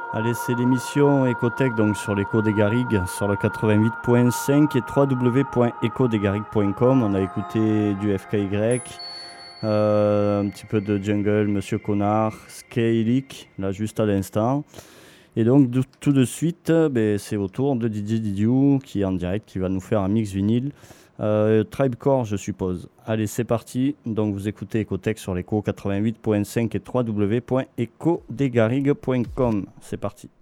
Allez, c'est l'émission Ecotech, donc sur l'écho des Garrigues, sur le 88.5 et www.ecodesgarrigues.com. On a écouté du FKY, un petit peu de Jungle, Monsieur Connard, Skylick, là juste à l'instant. Et donc tout de suite, c'est au tour de DJ Didiou qui est en direct, qui va nous faire un mix vinyle. Tribecore, je suppose. Allez, c'est parti. Donc vous écoutez Ecotech sur l'écho 88.5 et www.ecodesgarrigues.com. C'est parti.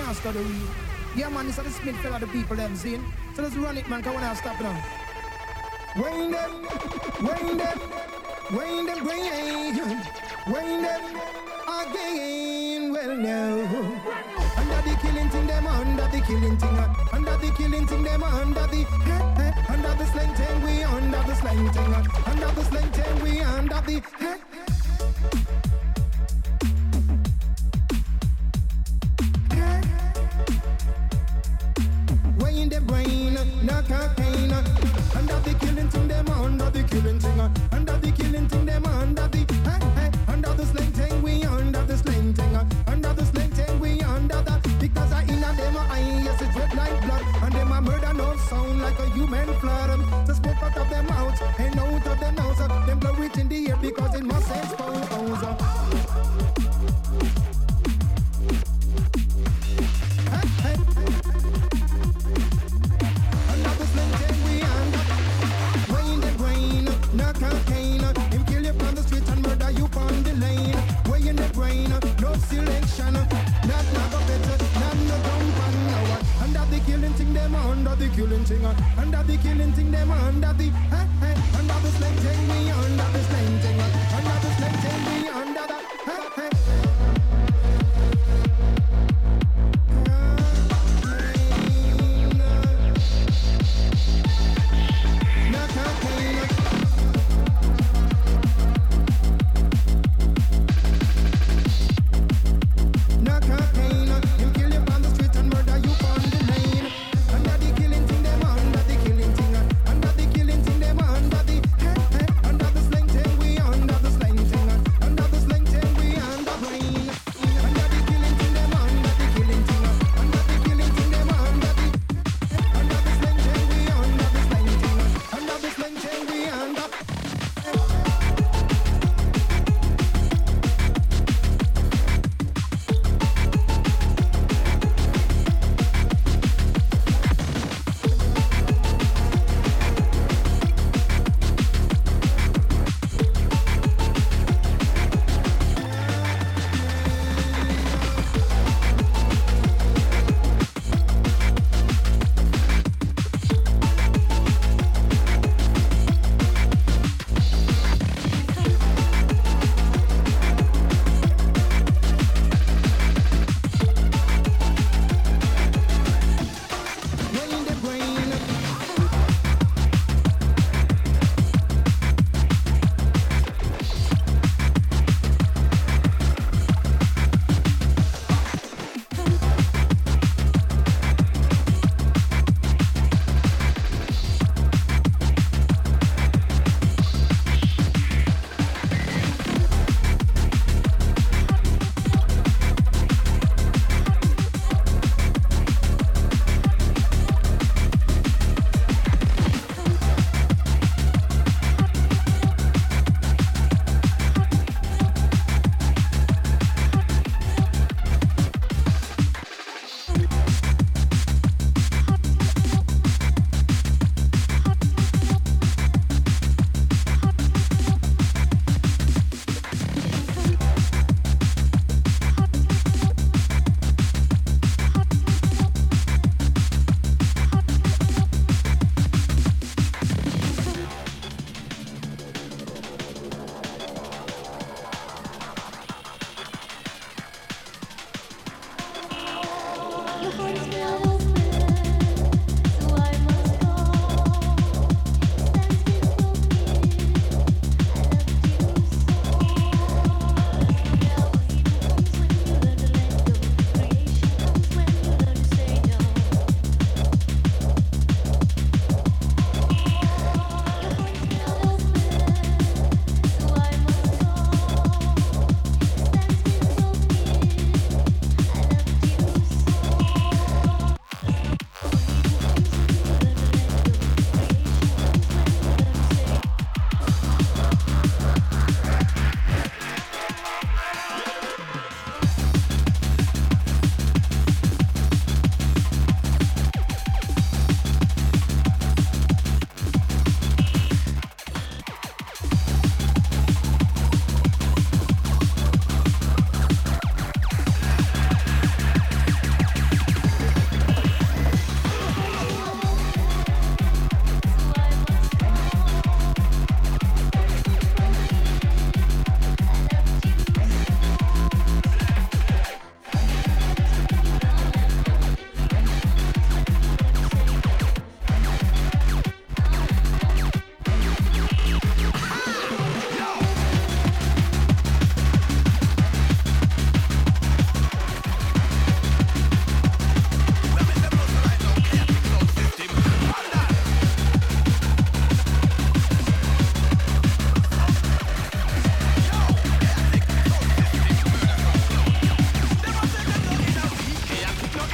master the wheel. Yeah, man, this is the Smith fella, the people them seen. So let's run it, man, come on now, stop now. Wind them, wind them, wind them, wind them again. Well, no. Under the killing thing, them under the killing thing, under the killing thing, them under the under the slang thing, we under the slang thing, under the slang thing, we under the way in the brain, no cocaine. Under the killing thing, them under the killing thing, under the killing thing, them under the under the slang thing, we under the slang thing, under the slang thing, we under that. Because I inna them eye, yes it's red like blood, and them a murder no sound like a human flood. So smoke out of them mouth and out of them nose, them blow it in the air because it must expose. Another slang thing we under, way in the brain, no cocaine. Him kill you from the street and murder you on the lane. Way in the brain, no selection, not go better, not no gun now. Under the killing thing, them under the killing thing, under the killing thing, them under the under the slang thing, we under the slang thing, under the slang thing, we under the under the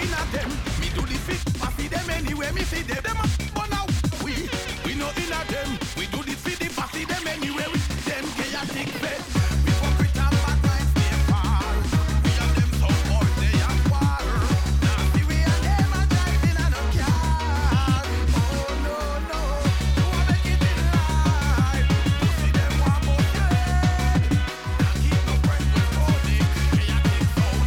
inna them. Me do the fit, I see them anywhere me see them. Them a but now we no inna them. We do the fit, I see them anywhere we see them. Chaotic bed. We fuck with them bad minds, they far. We and them some boys, they are war. Now see we and them a driving and a car. Oh no no, you a make it in life. You see them one more dead. Now keep no friends with Tony. Chaotic sound.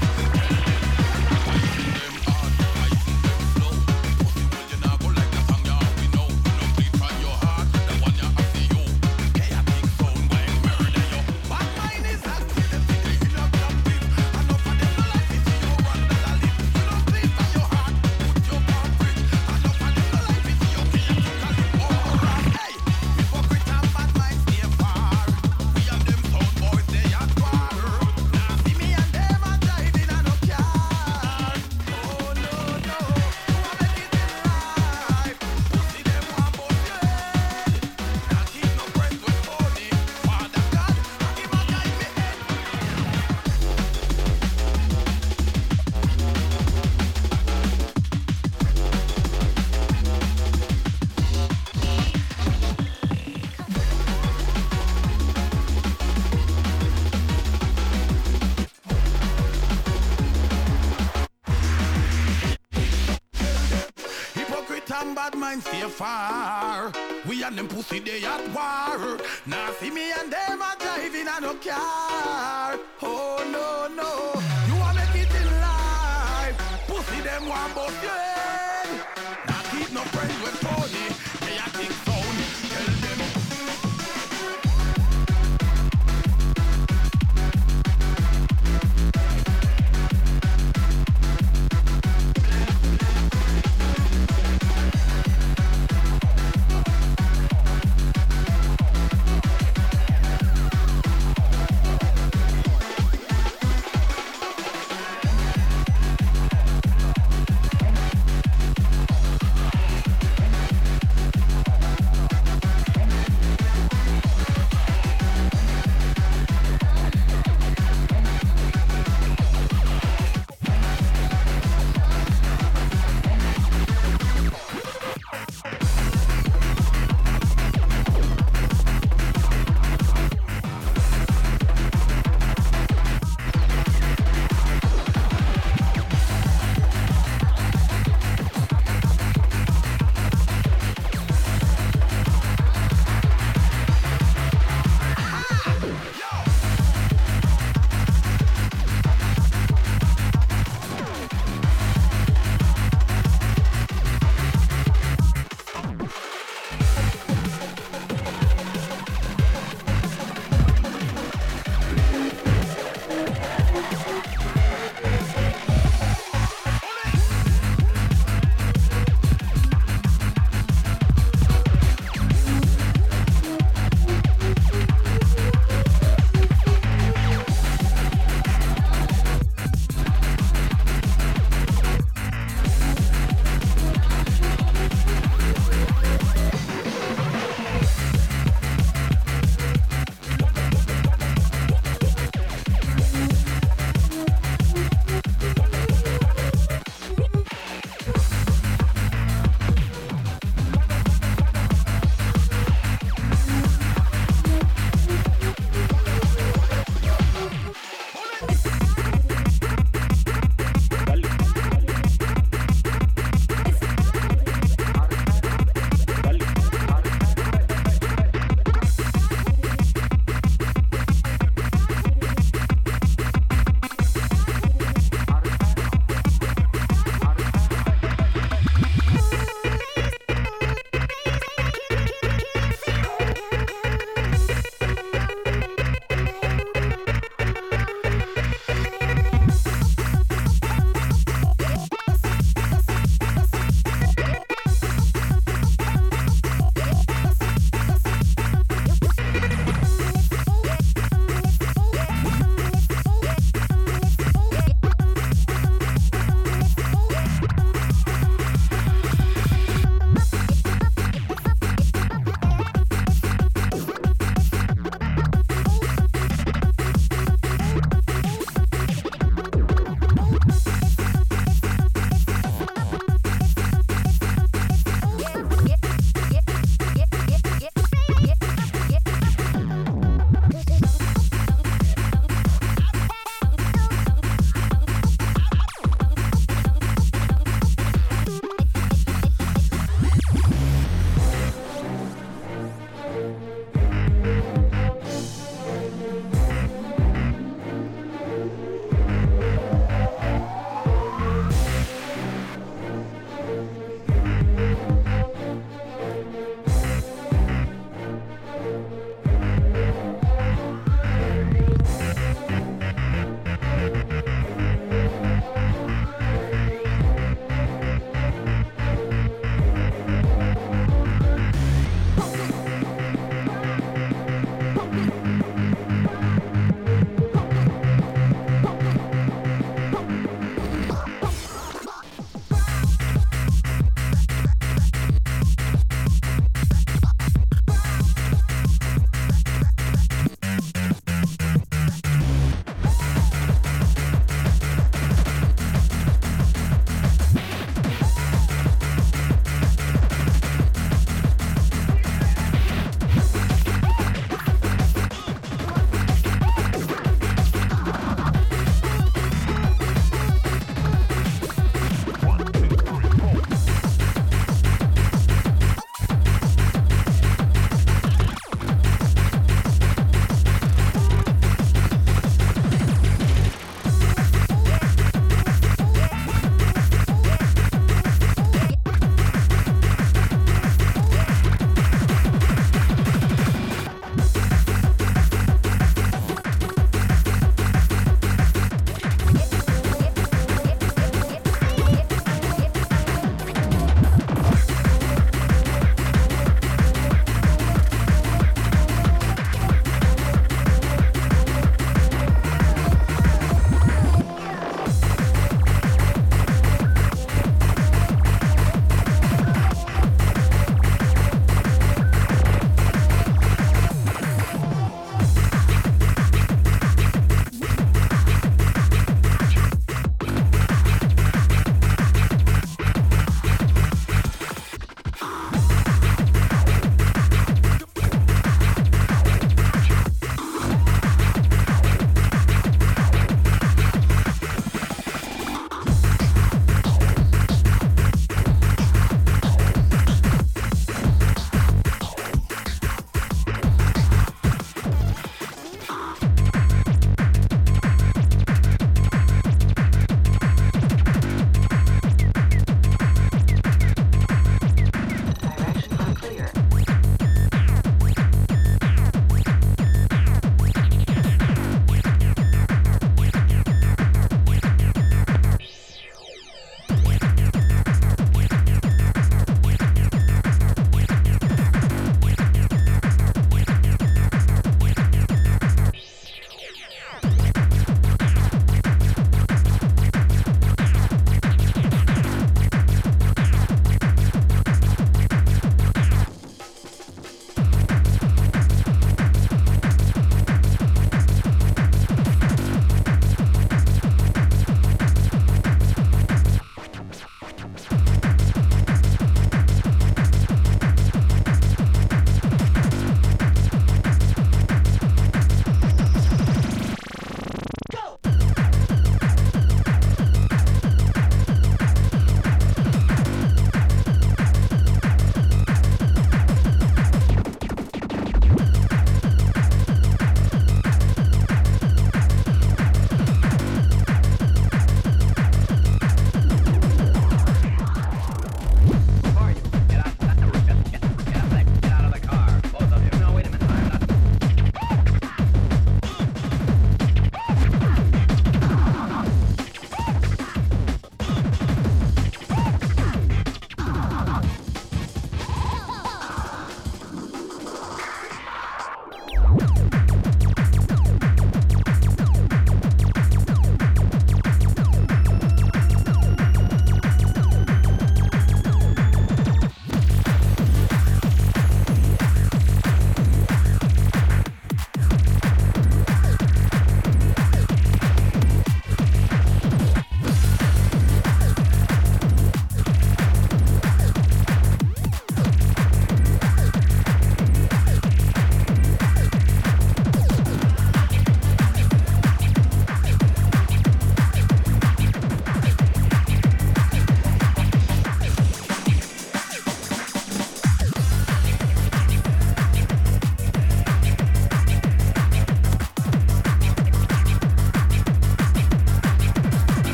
Stay far. We and them pussy they at war. Now see me and them a driving a no car. Oh no no, you a make it in life. Pussy them want both your head. Now keep no friends with Tony. They a think sound. Tell them.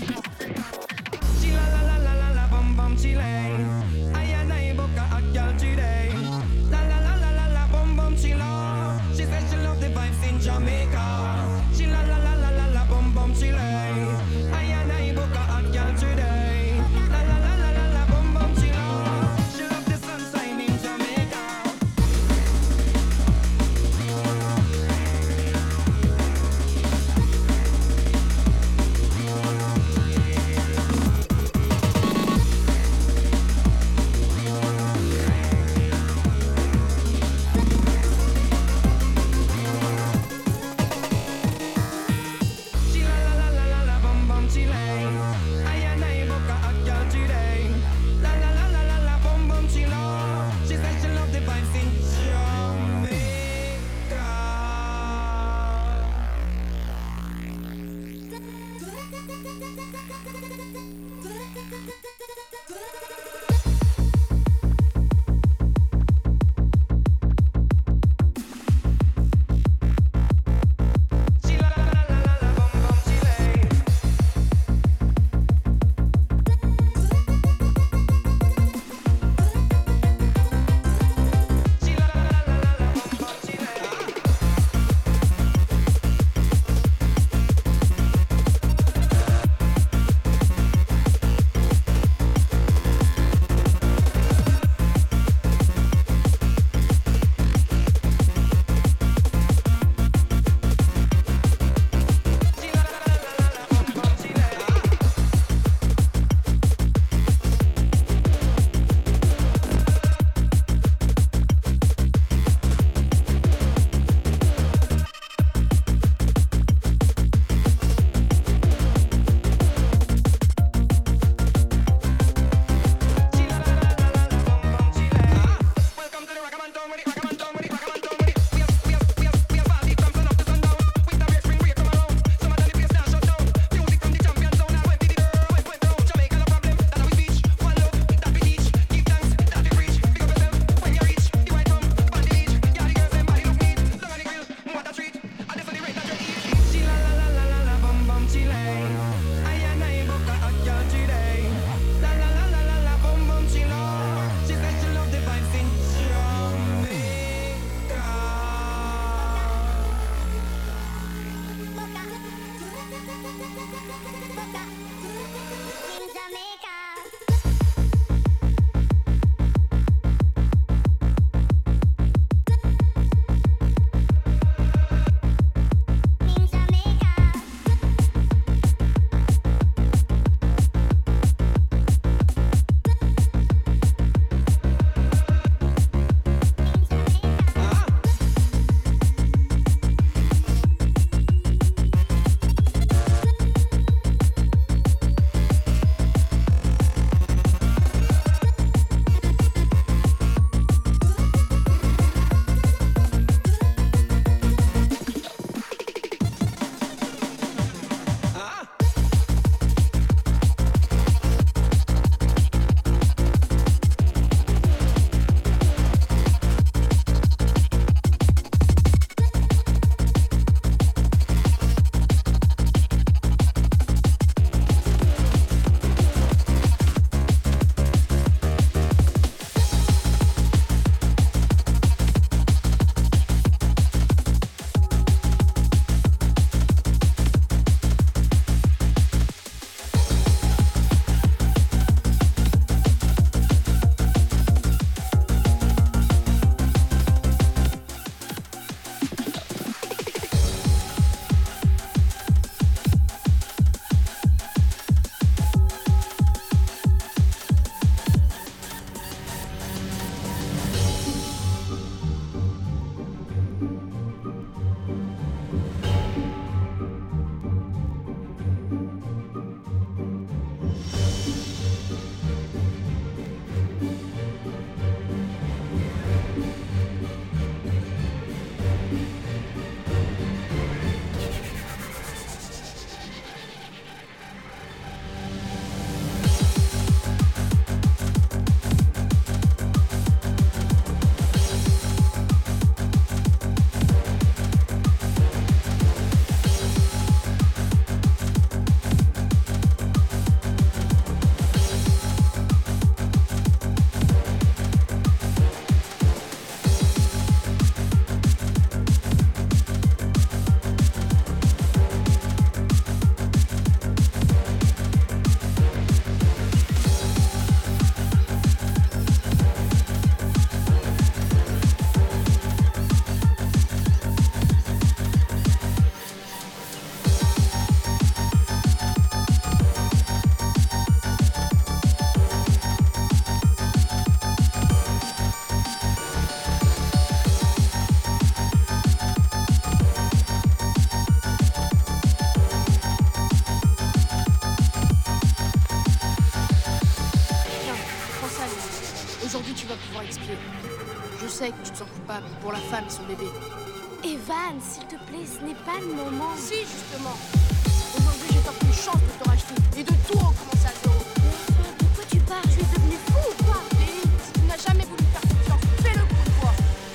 She la la la la la la bum bum chile. I and I book a hot girl today. La la la la la la bum bum chile. She said she love the vibes in Jamaica. She la la la la la la bum bum chile. I and I book a hot girl today. La la la la la la bum bum chile. She love the sunshine in Jamaica. She la la la la la la bum bum chile. I and I book a hot girl today. La la la la la la bum bum chile. She said she love the vibes in She la la la la la la bum bum chile. She la la la la la la bum bum chile. pouvoir expier. Je sais que tu te sens coupable pour la femme et son bébé. Evan, s'il te plaît, ce n'est pas le moment. Si, justement. Aujourd'hui, j'ai t'offert une chance de te racheter et de tout recommencer à zéro. De quoi tu parles? Tu es devenu fou ou quoi? Lily, si tu n'as jamais voulu faire confiance, fais-le pour une fois.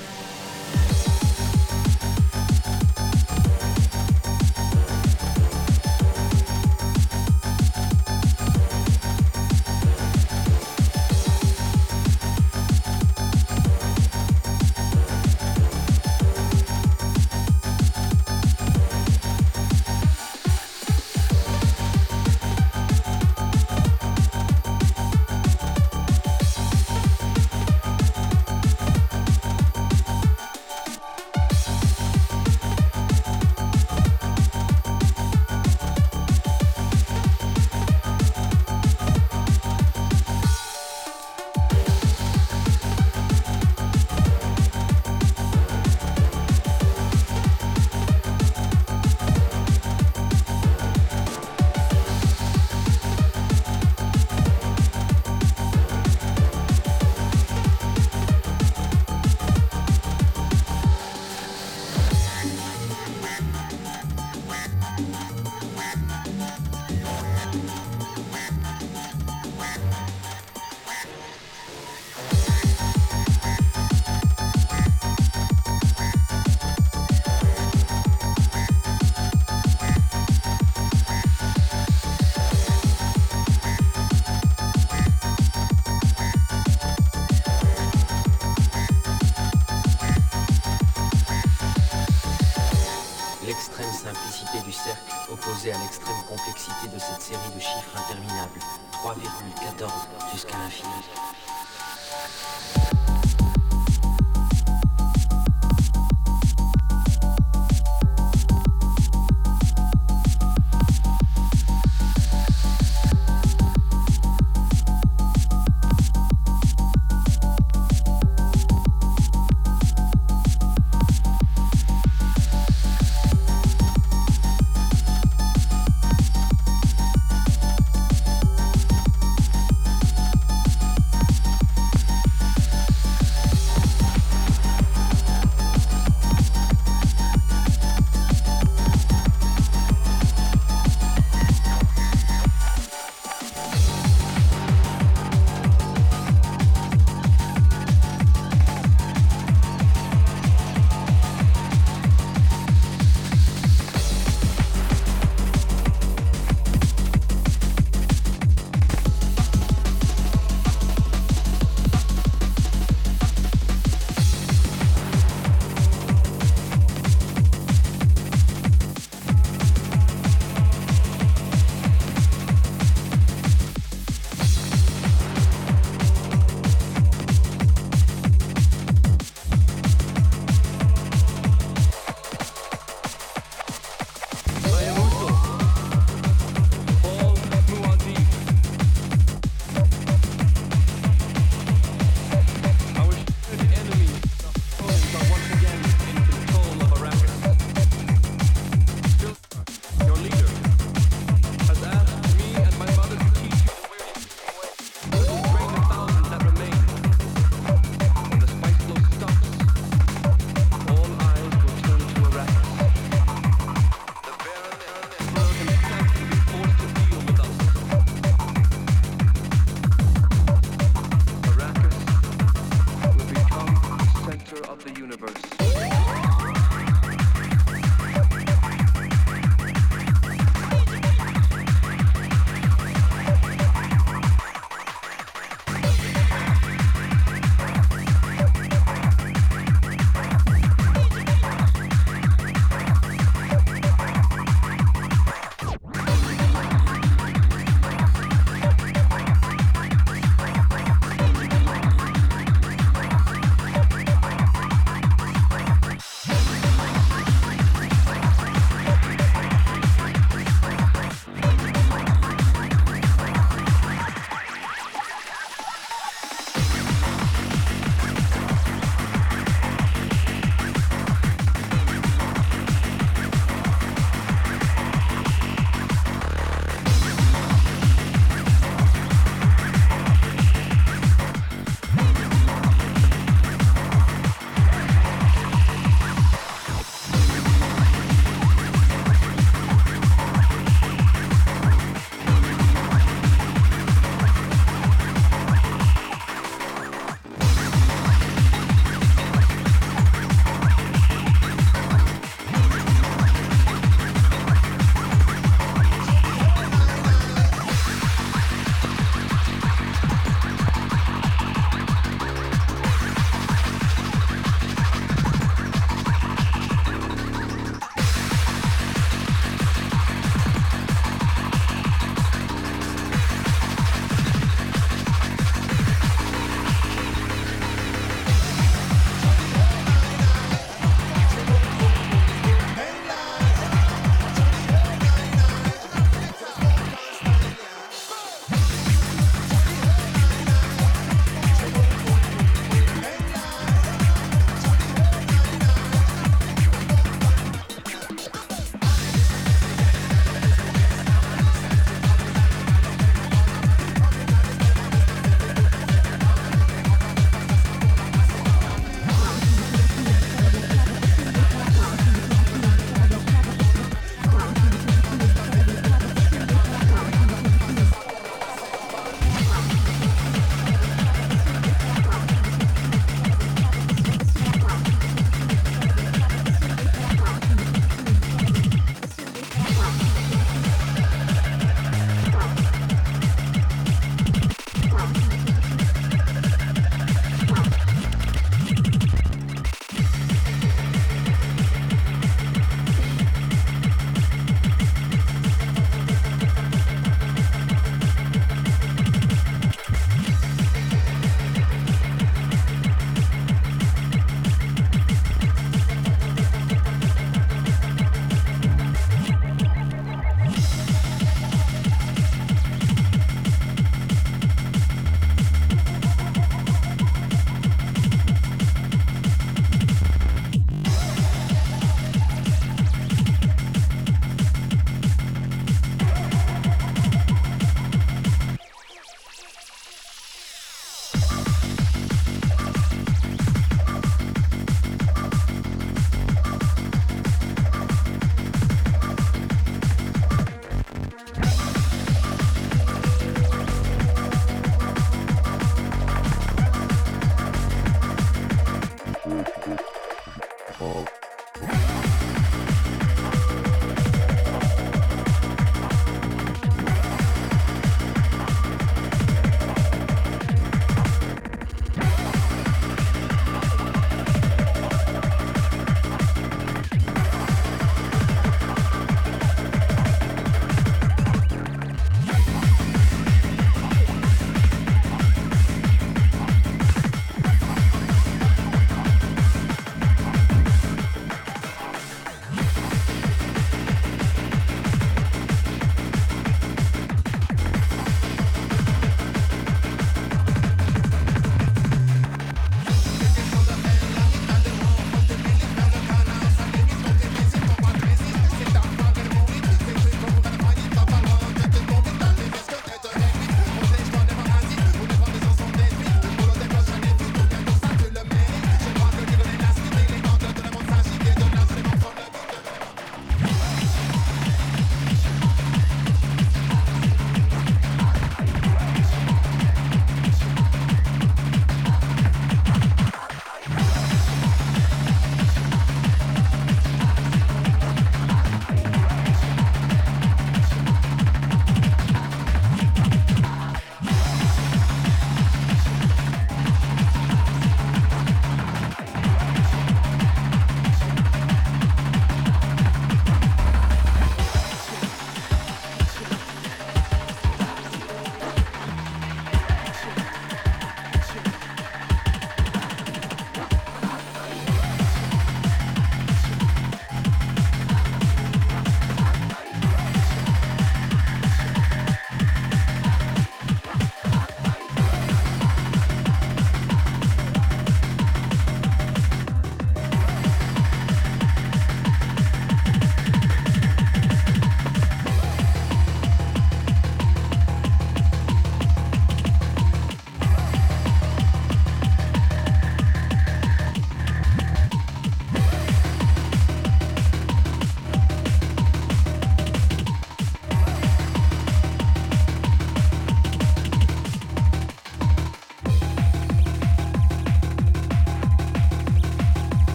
L'extrême simplicité du cercle opposée à l'extrême complexité de cette série de chiffres interminables, 3,14 jusqu'à l'infini.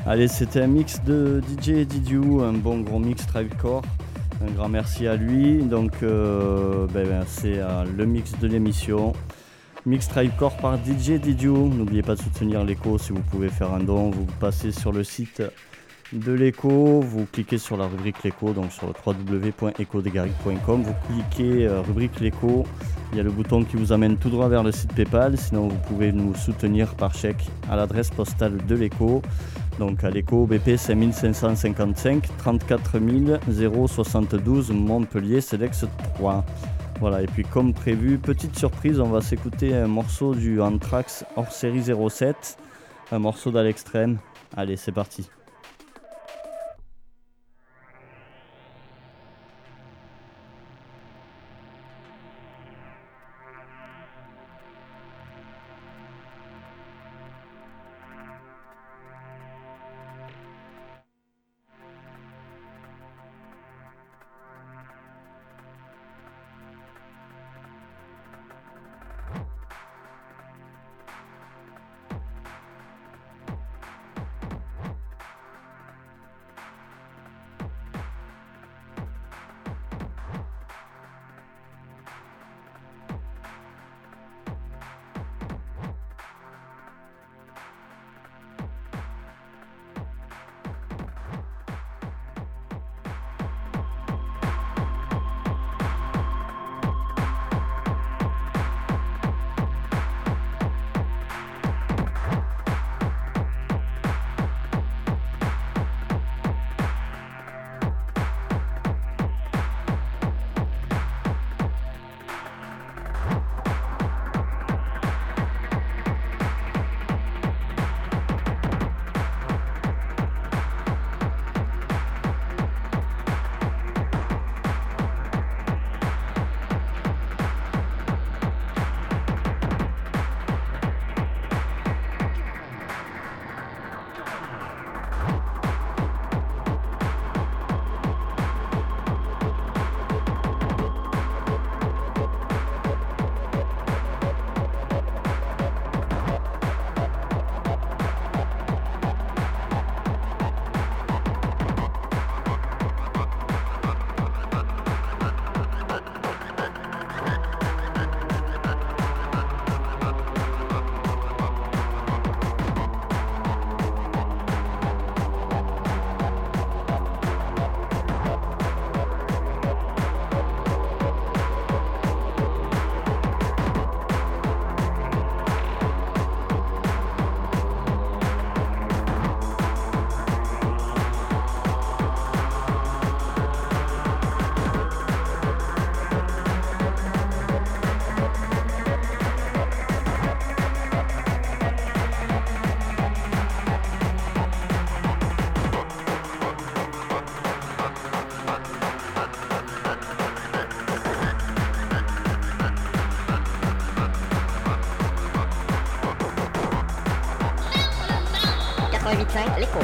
Allez, c'était un mix de DJ Didiou, un bon gros mix Tribecore. Un grand merci à lui. Donc, c'est le mix de l'émission. Mix Tribecore par DJ Didiou. N'oubliez pas de soutenir l'écho si vous pouvez faire un don. Vous passez sur le site de l'écho, vous cliquez sur la rubrique l'écho, donc sur le www.ecodesgarrigues.com. Vous cliquez rubrique l'écho. Il y a le bouton qui vous amène tout droit vers le site PayPal. Sinon, vous pouvez nous soutenir par chèque à l'adresse postale de l'écho. Donc à l'écho BP 5555 34 072 Montpellier Selex 3. Voilà, et puis comme prévu, petite surprise, on va s'écouter un morceau du Anthrax hors série 07, un morceau d'À l'extrême. Allez, c'est parti. L'écho.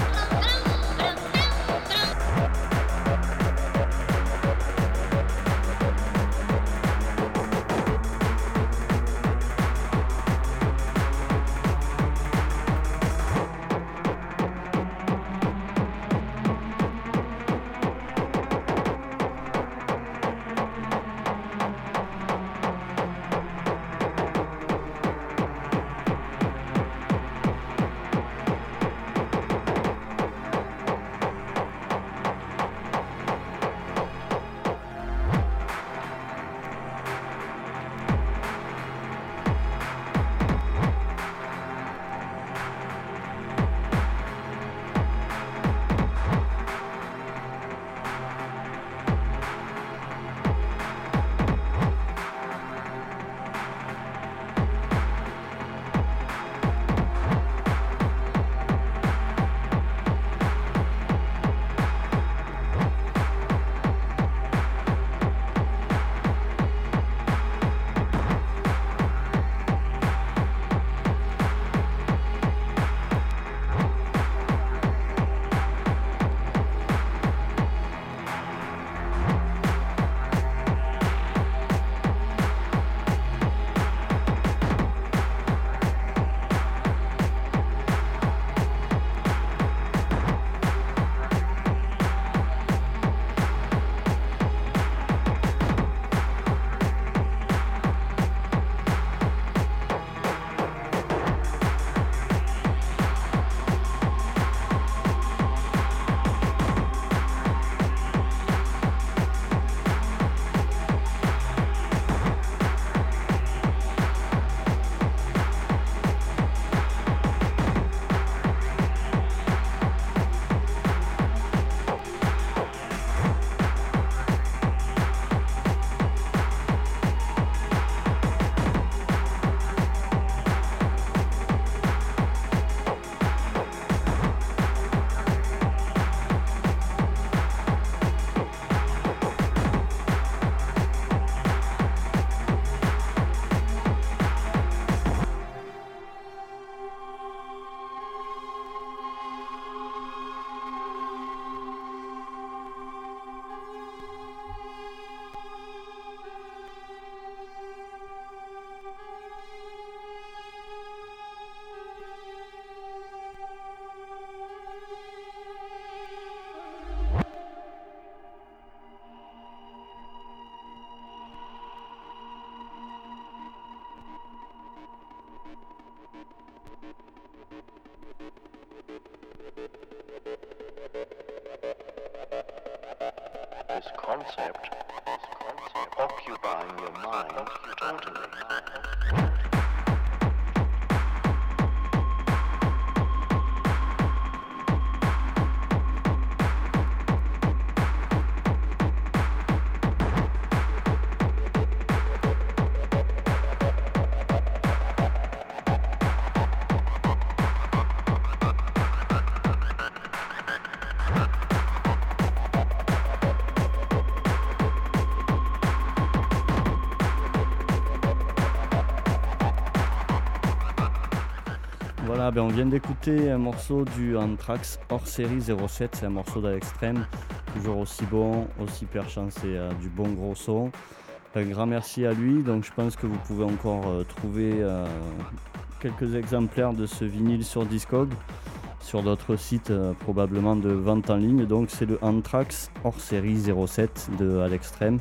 concept occupying your mind totally. Voilà, on vient d'écouter un morceau du Anthrax hors série 07, c'est un morceau d'Alextreme, toujours aussi bon, aussi perchant, c'est du bon gros son. Un grand merci à lui, donc je pense que vous pouvez encore trouver quelques exemplaires de ce vinyle sur Discog, sur d'autres sites probablement de vente en ligne, donc c'est le Anthrax hors série 07 de Alextreme.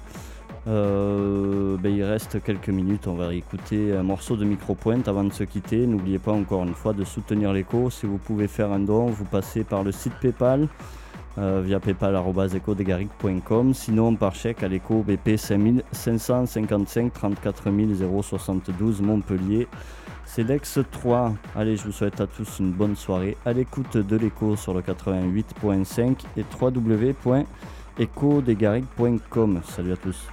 Il reste quelques minutes, on va écouter un morceau de Micropointe avant de se quitter. N'oubliez pas encore une fois de soutenir l'écho. Si vous pouvez faire un don, vous passez par le site Paypal via paypal@ecodegaric.com, sinon par chèque à l'écho BP 5555 34 072 Montpellier, CEDEX 3. Allez, je vous souhaite à tous une bonne soirée à l'écoute de l'écho sur le 88.5 et www.ecodegaric.com. Salut à tous.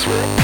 sweat.